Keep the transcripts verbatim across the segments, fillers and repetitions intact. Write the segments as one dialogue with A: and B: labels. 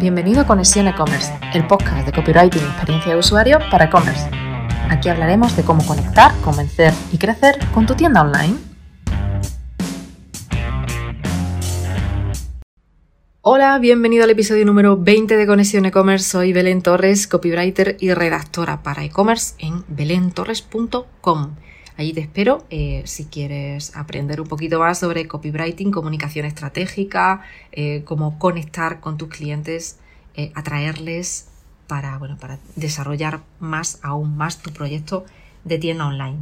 A: Bienvenido a Conexión E-Commerce, el podcast de copywriting y experiencia de usuario para e-commerce. Aquí hablaremos de cómo conectar, convencer y crecer con tu tienda online. Hola, bienvenido al episodio número veinte de Conexión E-Commerce. Soy Belén Torres, copywriter y redactora para e-commerce en belén torres punto com. Allí te espero eh, si quieres aprender un poquito más sobre copywriting, comunicación estratégica, eh, cómo conectar con tus clientes, eh, atraerles para, bueno, para desarrollar más, aún más tu proyecto de tienda online.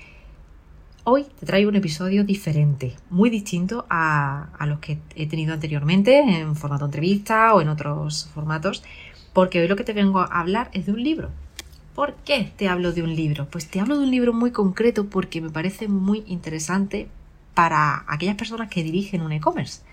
A: Hoy te traigo un episodio diferente, muy distinto a, a los que he tenido anteriormente en formato entrevista o en otros formatos, porque hoy lo que te vengo a hablar es de un libro. ¿Por qué te hablo de un libro? Pues te hablo de un libro muy concreto porque me parece muy interesante para aquellas personas que dirigen un e-commerce.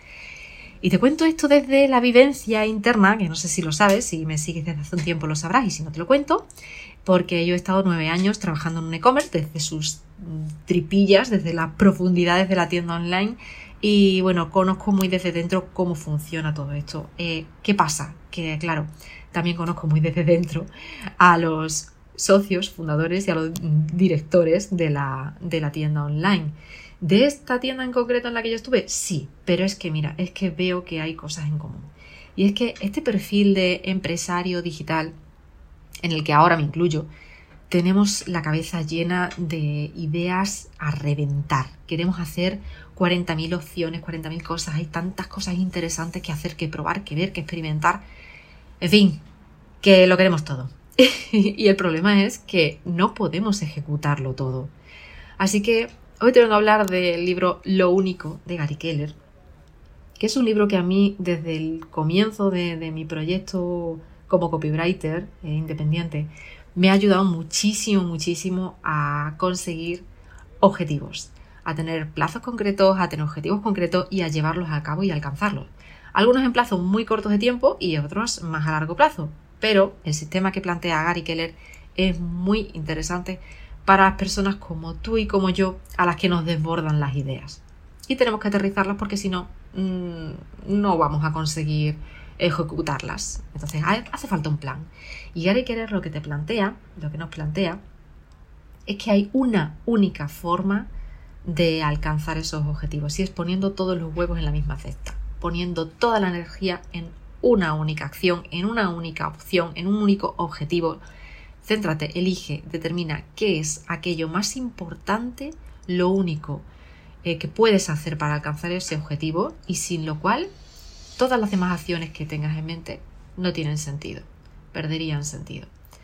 A: Y te cuento esto desde la vivencia interna, que no sé si lo sabes, si me sigues desde hace un tiempo lo sabrás y si no te lo cuento, porque yo he estado nueve años trabajando en un e-commerce desde sus tripillas, desde las profundidades de la tienda online y bueno, conozco muy desde dentro cómo funciona todo esto. Eh, ¿Qué pasa? Que claro, también conozco muy desde dentro a los socios, fundadores y a los directores de la, de la tienda online. ¿De esta tienda en concreto en la que yo estuve? Sí, pero es que mira, es que veo que hay cosas en común. Y es que este perfil de empresario digital, en el que ahora me incluyo, tenemos la cabeza llena de ideas a reventar. Queremos hacer cuarenta mil opciones, cuarenta mil cosas. Hay tantas cosas interesantes que hacer, que probar, que ver, que experimentar. En fin, que lo queremos todo. Y el problema es que no podemos ejecutarlo todo. Así que hoy te vengo a hablar del libro Lo Único de Gary Keller, que es un libro que a mí desde el comienzo de, de mi proyecto como copywriter eh, independiente me ha ayudado muchísimo, muchísimo a conseguir objetivos, a tener plazos concretos, a tener objetivos concretos y a llevarlos a cabo y alcanzarlos. Algunos en plazos muy cortos de tiempo y otros más a largo plazo, pero el sistema que plantea Gary Keller es muy interesante para las personas como tú y como yo, a las que nos desbordan las ideas. Y tenemos que aterrizarlas porque si no, mmm, no vamos a conseguir ejecutarlas. Entonces hace falta un plan. Y Gary Keller lo que te plantea, lo que nos plantea, es que hay una única forma de alcanzar esos objetivos y es poniendo todos los huevos en la misma cesta, poniendo toda la energía en una única acción, en una única opción, en un único objetivo. Céntrate, elige, determina qué es aquello más importante, lo único eh, que puedes hacer para alcanzar ese objetivo y sin lo cual todas las demás acciones que tengas en mente no tienen sentido, perderían sentido.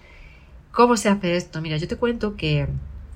A: ¿Cómo se hace esto? Mira, yo te cuento que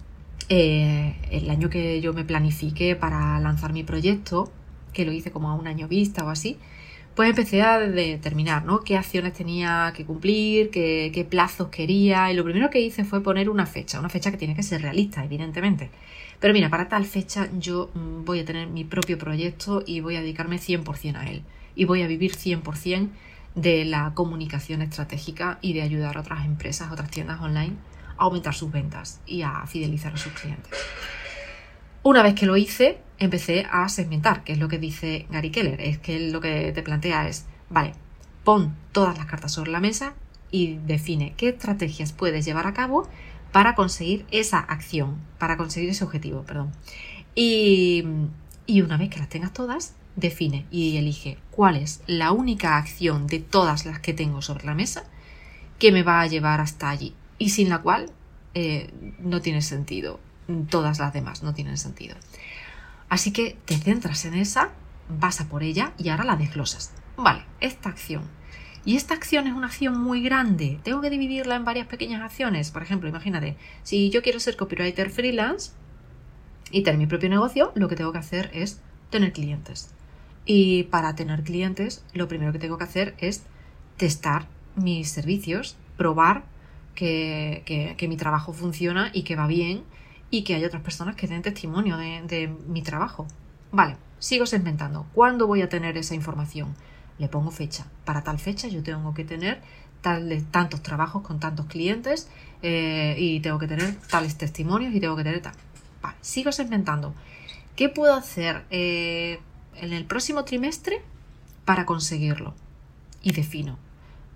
A: eh, el año que yo me planifiqué para lanzar mi proyecto, que lo hice como a un año vista o así, pues empecé a determinar, ¿no?, qué acciones tenía que cumplir, qué, qué plazos quería, y lo primero que hice fue poner una fecha, una fecha que tiene que ser realista, evidentemente. Pero mira, para tal fecha yo voy a tener mi propio proyecto y voy a dedicarme cien por ciento a él. Y voy a vivir cien por ciento de la comunicación estratégica y de ayudar a otras empresas, a otras tiendas online a aumentar sus ventas y a fidelizar a sus clientes. Una vez que lo hice, empecé a segmentar, que es lo que dice Gary Keller. Es que él lo que te plantea es, vale, pon todas las cartas sobre la mesa y define qué estrategias puedes llevar a cabo para conseguir esa acción, para conseguir ese objetivo, perdón. Y, y una vez que las tengas todas, define y elige cuál es la única acción de todas las que tengo sobre la mesa que me va a llevar hasta allí y sin la cual eh, no tiene sentido. Todas las demás no tienen sentido. Así que te centras en esa, vas a por ella y ahora la desglosas. Vale, esta acción. Y esta acción es una acción muy grande. Tengo que dividirla en varias pequeñas acciones. Por ejemplo, imagínate, si yo quiero ser copywriter freelance y tener mi propio negocio, lo que tengo que hacer es tener clientes. Y para tener clientes, lo primero que tengo que hacer es testar mis servicios, probar que, que, que mi trabajo funciona y que va bien y que hay otras personas que den testimonio de, de mi trabajo. Vale, sigo segmentando. ¿Cuándo voy a tener esa información? Le pongo fecha. Para tal fecha yo tengo que tener tales, tantos trabajos con tantos clientes eh, y tengo que tener tales testimonios y tengo que tener tal. Vale, sigo segmentando. ¿Qué puedo hacer eh, en el próximo trimestre para conseguirlo? Y defino.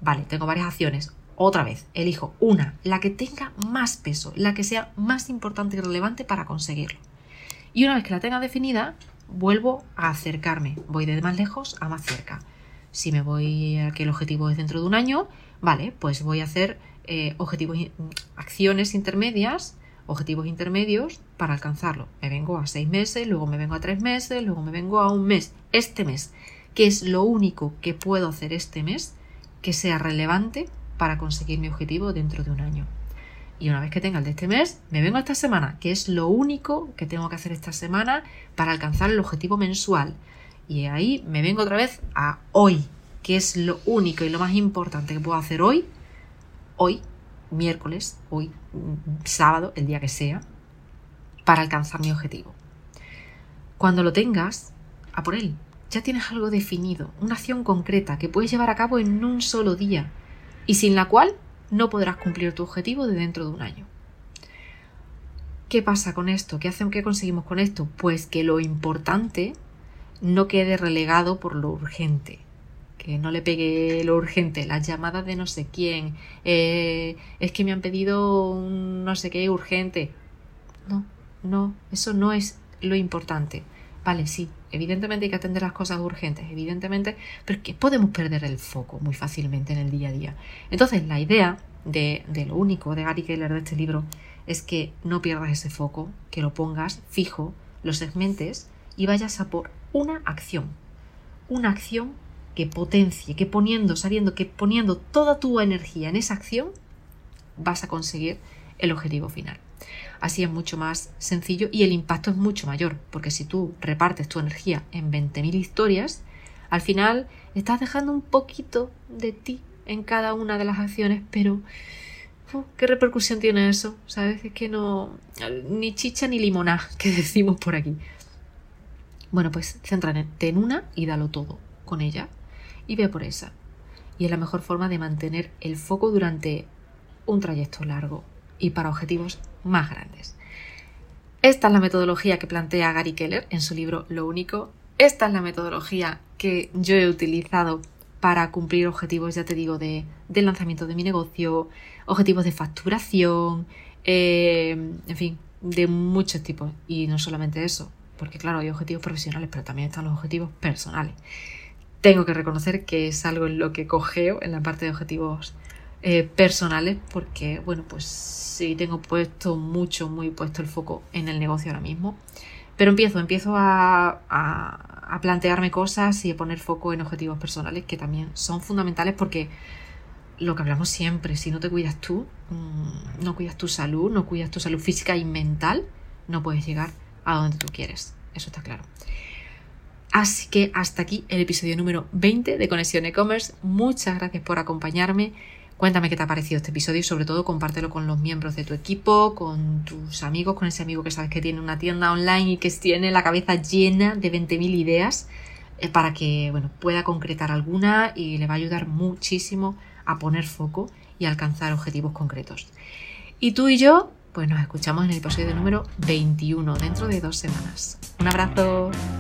A: Vale, tengo varias acciones. Otra vez, elijo una, la que tenga más peso, la que sea más importante y relevante para conseguirlo. Y una vez que la tenga definida, vuelvo a acercarme. Voy de más lejos a más cerca. Si me voy a que el objetivo es dentro de un año, vale, pues voy a hacer eh, objetivos, acciones intermedias, objetivos intermedios para alcanzarlo. Me vengo a seis meses, luego me vengo a tres meses, luego me vengo a un mes. Este mes, que es lo único que puedo hacer este mes que sea relevante para conseguir mi objetivo dentro de un año. Y una vez que tenga el de este mes, me vengo a esta semana, que es lo único que tengo que hacer esta semana para alcanzar el objetivo mensual. Y ahí me vengo otra vez a hoy, que es lo único y lo más importante que puedo hacer hoy, hoy, miércoles, hoy, sábado, el día que sea, para alcanzar mi objetivo. Cuando lo tengas, a por él. Ya tienes algo definido, una acción concreta que puedes llevar a cabo en un solo día y sin la cual no podrás cumplir tu objetivo de dentro de un año. ¿Qué pasa con esto? ¿Qué hacemos? ¿Qué conseguimos con esto? Pues que lo importante no quede relegado por lo urgente. Que no le pegue lo urgente, las llamadas de no sé quién, eh, es que me han pedido un no sé qué urgente. No, no, eso no es lo importante. Vale, sí, evidentemente hay que atender las cosas urgentes, evidentemente, pero es que podemos perder el foco muy fácilmente en el día a día. Entonces, la idea de, de lo único de Gary Keller de este libro es que no pierdas ese foco, que lo pongas fijo, lo segmentes y vayas a por una acción. Una acción que potencie, que poniendo, sabiendo que poniendo toda tu energía en esa acción, vas a conseguir el objetivo final. Así es mucho más sencillo y el impacto es mucho mayor, porque si tú repartes tu energía en veinte mil historias, al final estás dejando un poquito de ti en cada una de las acciones, pero uh, ¿qué repercusión tiene eso? ¿Sabes? Es que no, ni chicha ni limonada, que decimos por aquí. Bueno, pues céntrate en una y dalo todo con ella y ve por esa. Y es la mejor forma de mantener el foco durante un trayecto largo y para objetivos más grandes. Esta es la metodología que plantea Gary Keller en su libro Lo Único. Esta es la metodología que yo he utilizado para cumplir objetivos, ya te digo, de, de lanzamiento de mi negocio, objetivos de facturación, eh, en fin, de muchos tipos. Y no solamente eso, porque claro, hay objetivos profesionales, pero también están los objetivos personales. Tengo que reconocer que es algo en lo que cojeo en la parte de objetivos Eh, personales, porque bueno, pues sí tengo puesto mucho, muy puesto el foco en el negocio ahora mismo, pero empiezo, empiezo a, a, a plantearme cosas y a poner foco en objetivos personales que también son fundamentales, porque lo que hablamos siempre, si no te cuidas tú, mmm, no cuidas tu salud, no cuidas tu salud física y mental, no puedes llegar a donde tú quieres, eso está claro. Así que hasta aquí el episodio número veinte de Conexión E-Commerce. Muchas gracias por acompañarme. Cuéntame qué te ha parecido este episodio y sobre todo compártelo con los miembros de tu equipo, con tus amigos, con ese amigo que sabes que tiene una tienda online y que tiene la cabeza llena de veinte mil ideas eh, para que bueno, pueda concretar alguna y le va a ayudar muchísimo a poner foco y a alcanzar objetivos concretos. Y tú y yo, pues nos escuchamos en el episodio número veintiuno dentro de dos semanas. Un abrazo.